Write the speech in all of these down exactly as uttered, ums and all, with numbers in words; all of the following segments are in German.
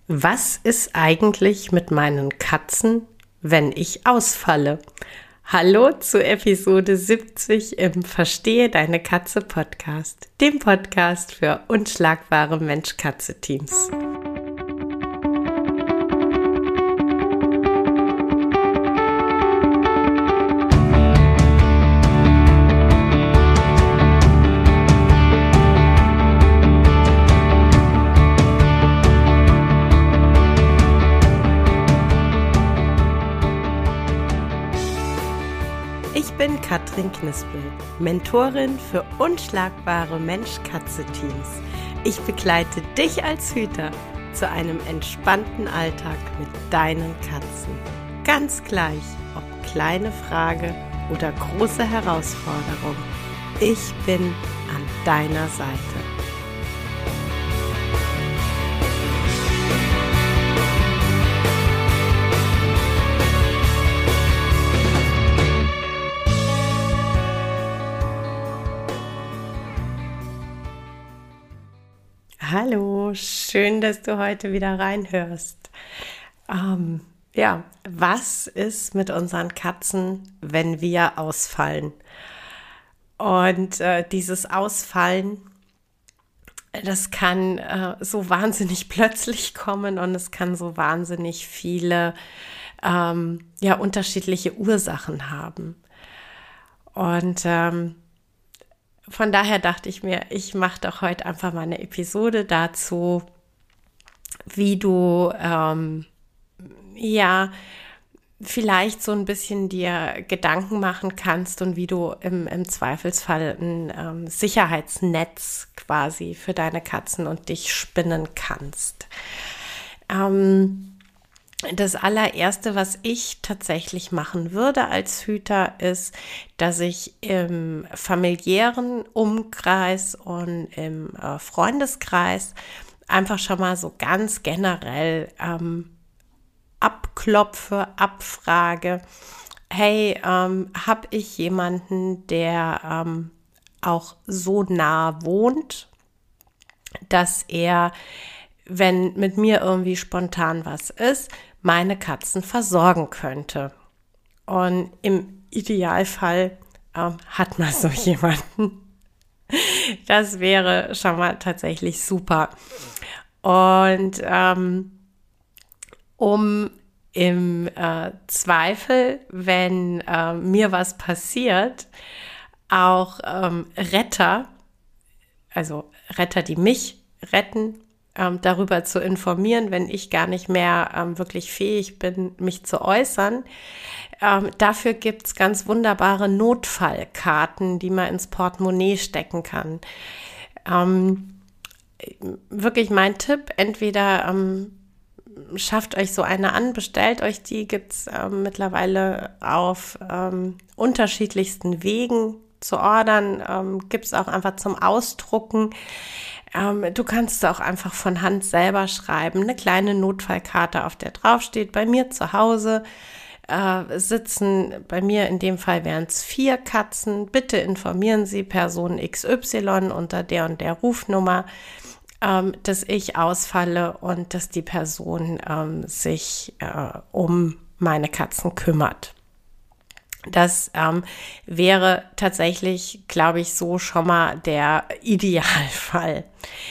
Was ist eigentlich mit meinen Katzen, wenn ich ausfalle? Hallo zu Episode siebzig im Verstehe deine Katze Podcast, dem Podcast für unschlagbare Mensch-Katze-Teams. Ich bin Katrin Knispel, Mentorin für unschlagbare Mensch-Katze-Teams. Ich begleite dich als Hüter zu einem entspannten Alltag mit deinen Katzen. Ganz gleich, ob kleine Frage oder große Herausforderung. Ich bin an deiner Seite. Hallo, schön, dass du heute wieder reinhörst. Ähm, ja, was ist mit unseren Katzen, wenn wir ausfallen? Und äh, dieses Ausfallen, das kann äh, so wahnsinnig plötzlich kommen und es kann so wahnsinnig viele ähm, ja, unterschiedliche Ursachen haben. Und ähm, Von daher dachte ich mir, ich mache doch heute einfach mal eine Episode dazu, wie du ähm, ja vielleicht so ein bisschen dir Gedanken machen kannst und wie du im, im Zweifelsfall ein ähm, Sicherheitsnetz quasi für deine Katzen und dich spinnen kannst. Ähm, Das allererste, was ich tatsächlich machen würde als Hüter, ist, dass ich im familiären Umkreis und im äh, Freundeskreis einfach schon mal so ganz generell ähm, abklopfe, abfrage, hey, ähm, habe ich jemanden, der ähm, auch so nah wohnt, dass er, wenn mit mir irgendwie spontan was ist, meine Katzen versorgen könnte. Und im Idealfall ähm, hat man so jemanden. Das wäre schon mal tatsächlich super. Und ähm, um im äh, Zweifel, wenn äh, mir was passiert, auch ähm, Retter, also Retter, die mich retten, Ähm, darüber zu informieren, wenn ich gar nicht mehr ähm, wirklich fähig bin, mich zu äußern. Ähm, dafür gibt es ganz wunderbare Notfallkarten, die man ins Portemonnaie stecken kann. Ähm, wirklich mein Tipp, entweder ähm, schafft euch so eine an, bestellt euch die, gibt es ähm, mittlerweile auf ähm, unterschiedlichsten Wegen zu ordern, ähm, gibt es auch einfach zum Ausdrucken. Ähm, du kannst es auch einfach von Hand selber schreiben, eine kleine Notfallkarte, auf der drauf steht, bei mir zu Hause äh, sitzen, bei mir in dem Fall wären es vier Katzen, bitte informieren Sie Person X Y unter der und der Rufnummer, ähm, dass ich ausfalle und dass die Person ähm, sich äh, um meine Katzen kümmert. Das ähm, wäre tatsächlich, glaube ich, so schon mal der Idealfall.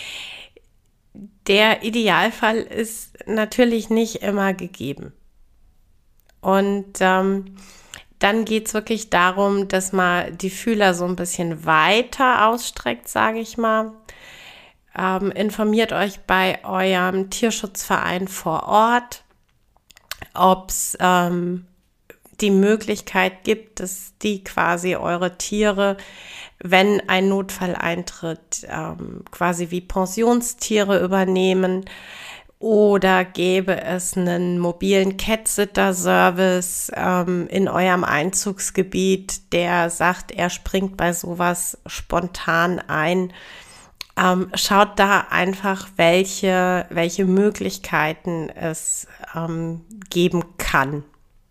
Der Idealfall ist natürlich nicht immer gegeben. Und ähm, dann geht es wirklich darum, dass man die Fühler so ein bisschen weiter ausstreckt, sage ich mal. Ähm, informiert euch bei eurem Tierschutzverein vor Ort, ob es ähm, die Möglichkeit gibt, dass die quasi eure Tiere, wenn ein Notfall eintritt, ähm, quasi wie Pensionstiere übernehmen, oder gäbe es einen mobilen Cat-Sitter-Service ähm, in eurem Einzugsgebiet, der sagt, er springt bei sowas spontan ein. Ähm, schaut da einfach, welche, welche Möglichkeiten es ähm, geben kann.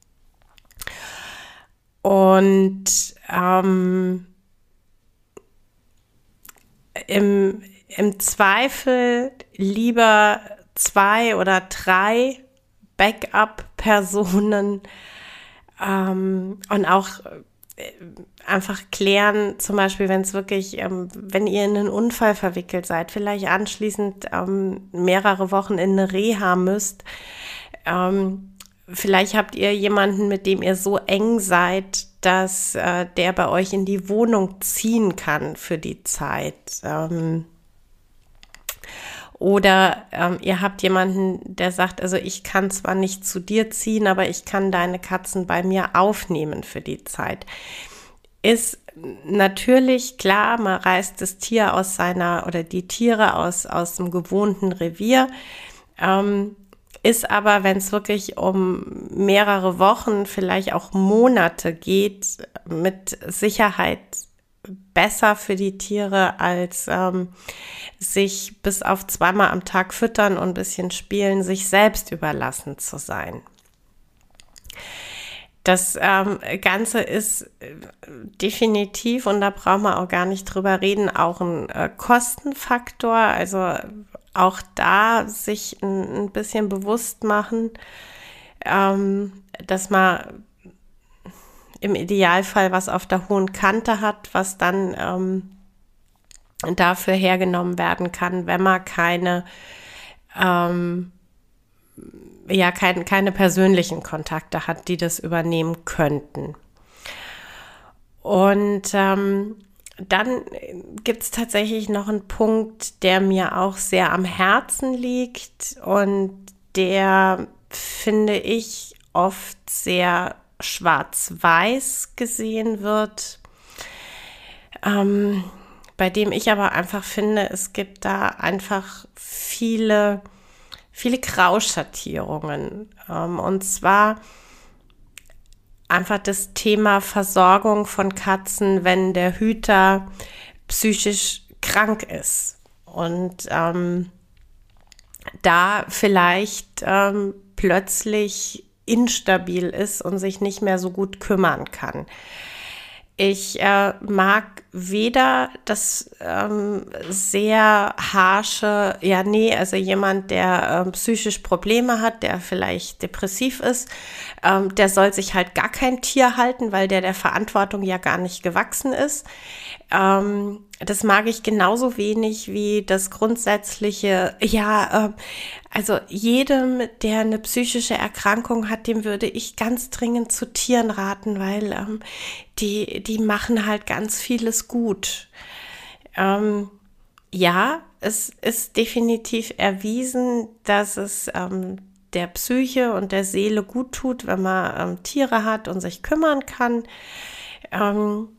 Und ähm, im, im Zweifel lieber zwei oder drei Backup-Personen ähm, und auch äh, einfach klären, zum Beispiel, wenn es wirklich, ähm, wenn ihr in einen Unfall verwickelt seid, vielleicht anschließend ähm, mehrere Wochen in eine Reha müsst. Ähm, vielleicht habt ihr jemanden, mit dem ihr so eng seid, dass äh, der bei euch in die Wohnung ziehen kann für die Zeit. Ähm, Oder ähm, ihr habt jemanden, der sagt, also ich kann zwar nicht zu dir ziehen, aber ich kann deine Katzen bei mir aufnehmen für die Zeit. Ist natürlich klar, man reißt das Tier aus seiner oder die Tiere aus, aus dem gewohnten Revier. Ähm, ist aber, wenn es wirklich um mehrere Wochen, vielleicht auch Monate geht, mit Sicherheit besser für die Tiere, als ähm, sich bis auf zweimal am Tag füttern und ein bisschen spielen, sich selbst überlassen zu sein. Das ähm, Ganze ist äh, definitiv, und da braucht man auch gar nicht drüber reden, auch ein äh, Kostenfaktor. Also auch da sich ein, ein bisschen bewusst machen, ähm, dass man im Idealfall was auf der hohen Kante hat, was dann ähm, dafür hergenommen werden kann, wenn man keine, ähm, ja, kein, keine persönlichen Kontakte hat, die das übernehmen könnten. Und ähm, dann gibt es tatsächlich noch einen Punkt, der mir auch sehr am Herzen liegt und der, finde ich, oft sehr schwarz-weiß gesehen wird, ähm, bei dem ich aber einfach finde, es gibt da einfach viele, viele Grauschattierungen. Ähm, und zwar einfach das Thema Versorgung von Katzen, wenn der Hüter psychisch krank ist und ähm, da vielleicht ähm, plötzlich instabil ist und sich nicht mehr so gut kümmern kann. Ich äh, mag weder das ähm, sehr harsche, ja nee, also jemand, der ähm, psychisch Probleme hat, der vielleicht depressiv ist, ähm, der soll sich halt gar kein Tier halten, weil der der Verantwortung ja gar nicht gewachsen ist. Ähm, das mag ich genauso wenig wie das grundsätzliche, ja, äh, also jedem, der eine psychische Erkrankung hat, dem würde ich ganz dringend zu Tieren raten, weil ähm, die, die machen halt ganz vieles gut. Ähm, ja, es ist definitiv erwiesen, dass es ähm, der Psyche und der Seele gut tut, wenn man ähm, Tiere hat und sich kümmern kann. Ähm,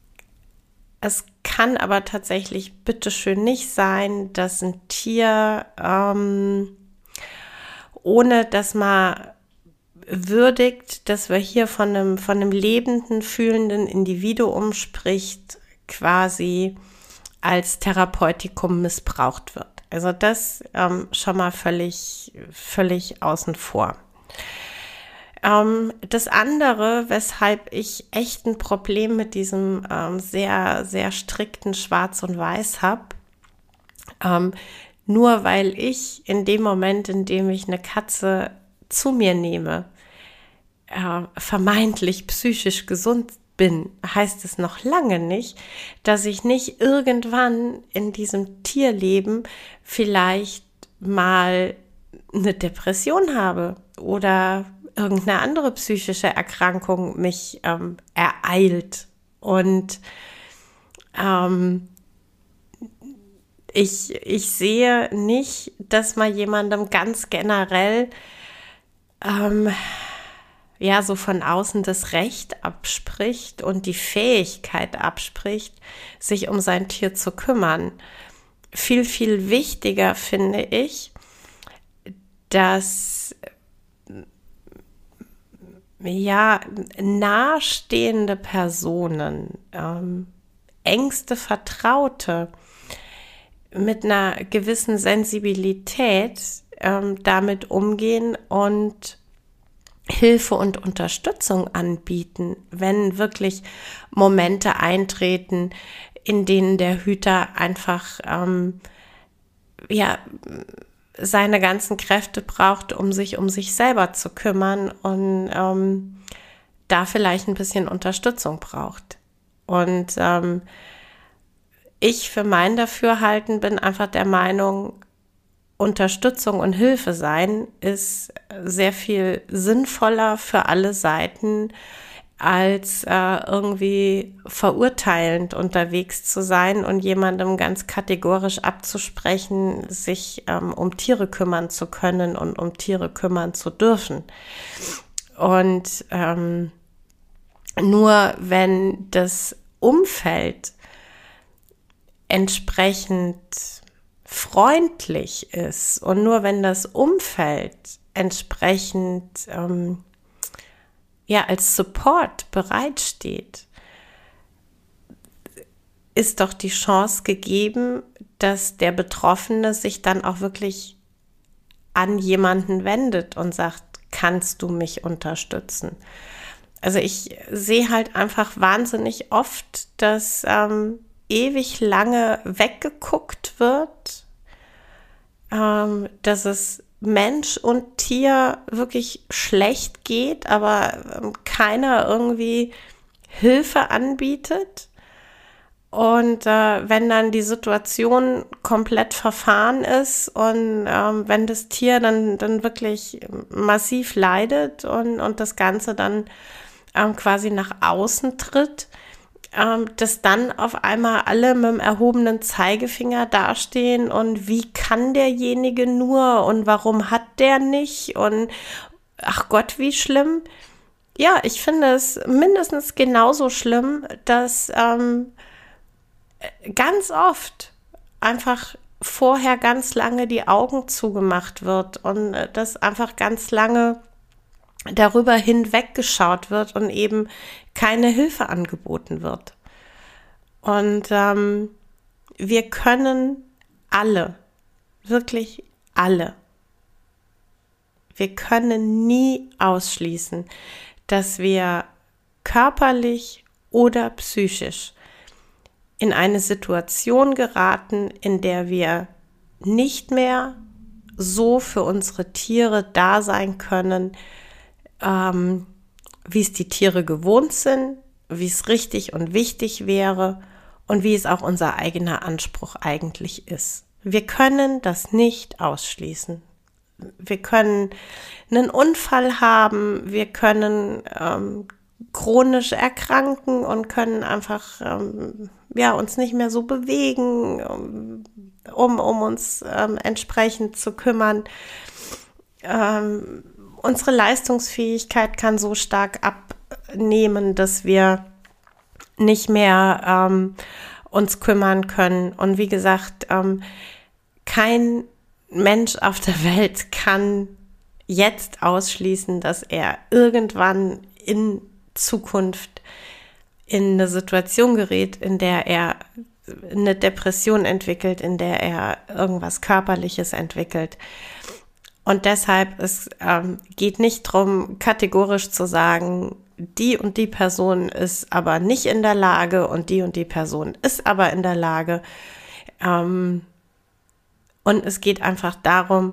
Es kann aber tatsächlich bitteschön nicht sein, dass ein Tier, ähm, ohne dass man würdigt, dass wir hier von einem, von einem lebenden, fühlenden Individuum spricht, quasi als Therapeutikum missbraucht wird. Also das ähm, schon mal völlig, völlig außen vor. Ähm, das andere, weshalb ich echt ein Problem mit diesem ähm, sehr, sehr strikten Schwarz und Weiß habe, ähm, nur weil ich in dem Moment, in dem ich eine Katze zu mir nehme, äh, vermeintlich psychisch gesund bin, heißt es noch lange nicht, dass ich nicht irgendwann in diesem Tierleben vielleicht mal eine Depression habe oder irgendeine andere psychische Erkrankung mich ähm, ereilt. Und ähm, ich, ich sehe nicht, dass man jemandem ganz generell ähm, ja so von außen das Recht abspricht und die Fähigkeit abspricht, sich um sein Tier zu kümmern. Viel, viel wichtiger finde ich, dass ja, nahestehende Personen, ähm, engste Vertraute mit einer gewissen Sensibilität ähm, damit umgehen und Hilfe und Unterstützung anbieten, wenn wirklich Momente eintreten, in denen der Hüter einfach ähm, ja seine ganzen Kräfte braucht, um sich um sich selber zu kümmern und ähm, da vielleicht ein bisschen Unterstützung braucht. Und ähm, ich für mein Dafürhalten bin einfach der Meinung, Unterstützung und Hilfe sein ist sehr viel sinnvoller für alle Seiten, als äh, irgendwie verurteilend unterwegs zu sein und jemandem ganz kategorisch abzusprechen, sich ähm, um Tiere kümmern zu können und um Tiere kümmern zu dürfen. Und ähm, nur wenn das Umfeld entsprechend freundlich ist und nur wenn das Umfeld entsprechend ähm, ja als Support bereitsteht, ist doch die Chance gegeben, dass der Betroffene sich dann auch wirklich an jemanden wendet und sagt, kannst du mich unterstützen? Also ich sehe halt einfach wahnsinnig oft, dass ähm, ewig lange weggeguckt wird, ähm, dass es Mensch und Tier wirklich schlecht geht, aber ähm, keiner irgendwie Hilfe anbietet. Und äh, wenn dann die Situation komplett verfahren ist und ähm, wenn das Tier dann, dann wirklich massiv leidet und, und das Ganze dann ähm, quasi nach außen tritt, ähm, dass dann auf einmal alle mit dem erhobenen Zeigefinger dastehen und wie kann derjenige nur und warum hat der nicht und ach Gott, wie schlimm. Ja, ich finde es mindestens genauso schlimm, dass ähm, ganz oft einfach vorher ganz lange die Augen zugemacht wird und äh, dass einfach ganz lange darüber hinweggeschaut wird und eben keine Hilfe angeboten wird. Und ähm, wir können alle, wirklich alle, wir können nie ausschließen, dass wir körperlich oder psychisch in eine Situation geraten, in der wir nicht mehr so für unsere Tiere da sein können, ähm, wie es die Tiere gewohnt sind, wie es richtig und wichtig wäre und wie es auch unser eigener Anspruch eigentlich ist. Wir können das nicht ausschließen. Wir können einen Unfall haben, wir können ähm, chronisch erkranken und können einfach ähm, ja, uns nicht mehr so bewegen, um, um uns ähm, entsprechend zu kümmern. Ähm, unsere Leistungsfähigkeit kann so stark abnehmen, dass wir nicht mehr ähm, uns kümmern können. Und wie gesagt, ähm, kein Mensch auf der Welt kann jetzt ausschließen, dass er irgendwann in Zukunft in eine Situation gerät, in der er eine Depression entwickelt, in der er irgendwas Körperliches entwickelt. Und deshalb, es ähm, geht nicht darum, kategorisch zu sagen, die und die Person ist aber nicht in der Lage und die und die Person ist aber in der Lage. Ähm, und es geht einfach darum,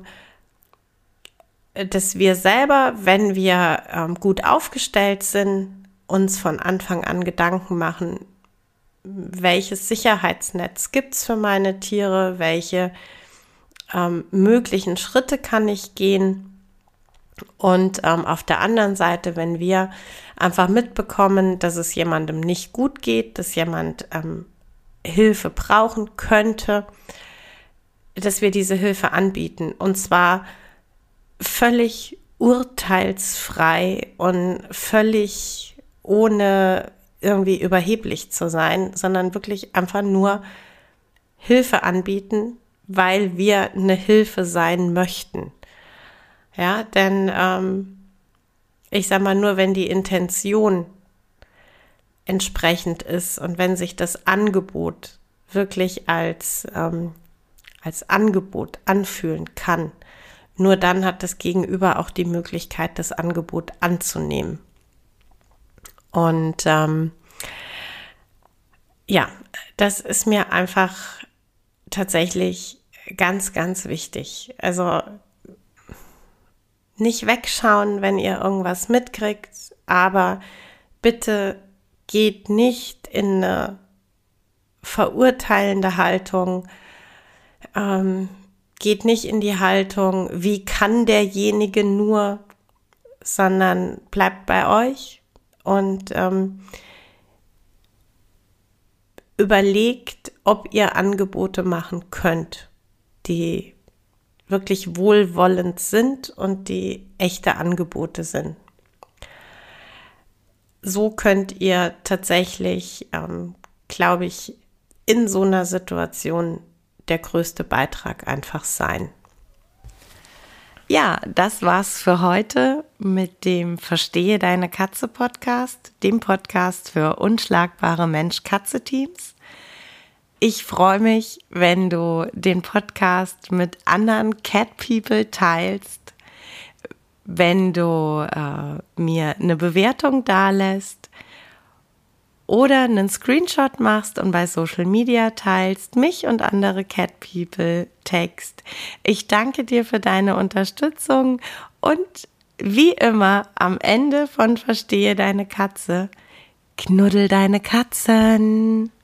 dass wir selber, wenn wir ähm, gut aufgestellt sind, uns von Anfang an Gedanken machen, welches Sicherheitsnetz gibt es für meine Tiere, welche ähm, möglichen Schritte kann ich gehen. Und ähm, auf der anderen Seite, wenn wir einfach mitbekommen, dass es jemandem nicht gut geht, dass jemand ähm, Hilfe brauchen könnte, dass wir diese Hilfe anbieten. Und zwar völlig urteilsfrei und völlig ohne irgendwie überheblich zu sein, sondern wirklich einfach nur Hilfe anbieten, weil wir eine Hilfe sein möchten. Ja, denn ähm, ich sag mal, nur wenn die Intention entsprechend ist und wenn sich das Angebot wirklich als, ähm, als Angebot anfühlen kann, nur dann hat das Gegenüber auch die Möglichkeit, das Angebot anzunehmen. Und ähm, ja, das ist mir einfach tatsächlich ganz, ganz wichtig. Also nicht wegschauen, wenn ihr irgendwas mitkriegt, aber bitte geht nicht in eine verurteilende Haltung, ähm, geht nicht in die Haltung, wie kann derjenige nur, sondern bleibt bei euch und ähm, überlegt, ob ihr Angebote machen könnt, die wirklich wohlwollend sind und die echte Angebote sind. So könnt ihr tatsächlich, ähm, glaube ich, in so einer Situation der größte Beitrag einfach sein. Ja, das war's für heute mit dem Verstehe deine Katze Podcast, dem Podcast für unschlagbare Mensch-Katze-Teams. Ich freue mich, wenn du den Podcast mit anderen Cat People teilst, wenn du äh, mir eine Bewertung dalässt oder einen Screenshot machst und bei Social Media teilst, mich und andere Cat People text. Ich danke dir für deine Unterstützung und wie immer am Ende von Verstehe deine Katze, knuddel deine Katzen.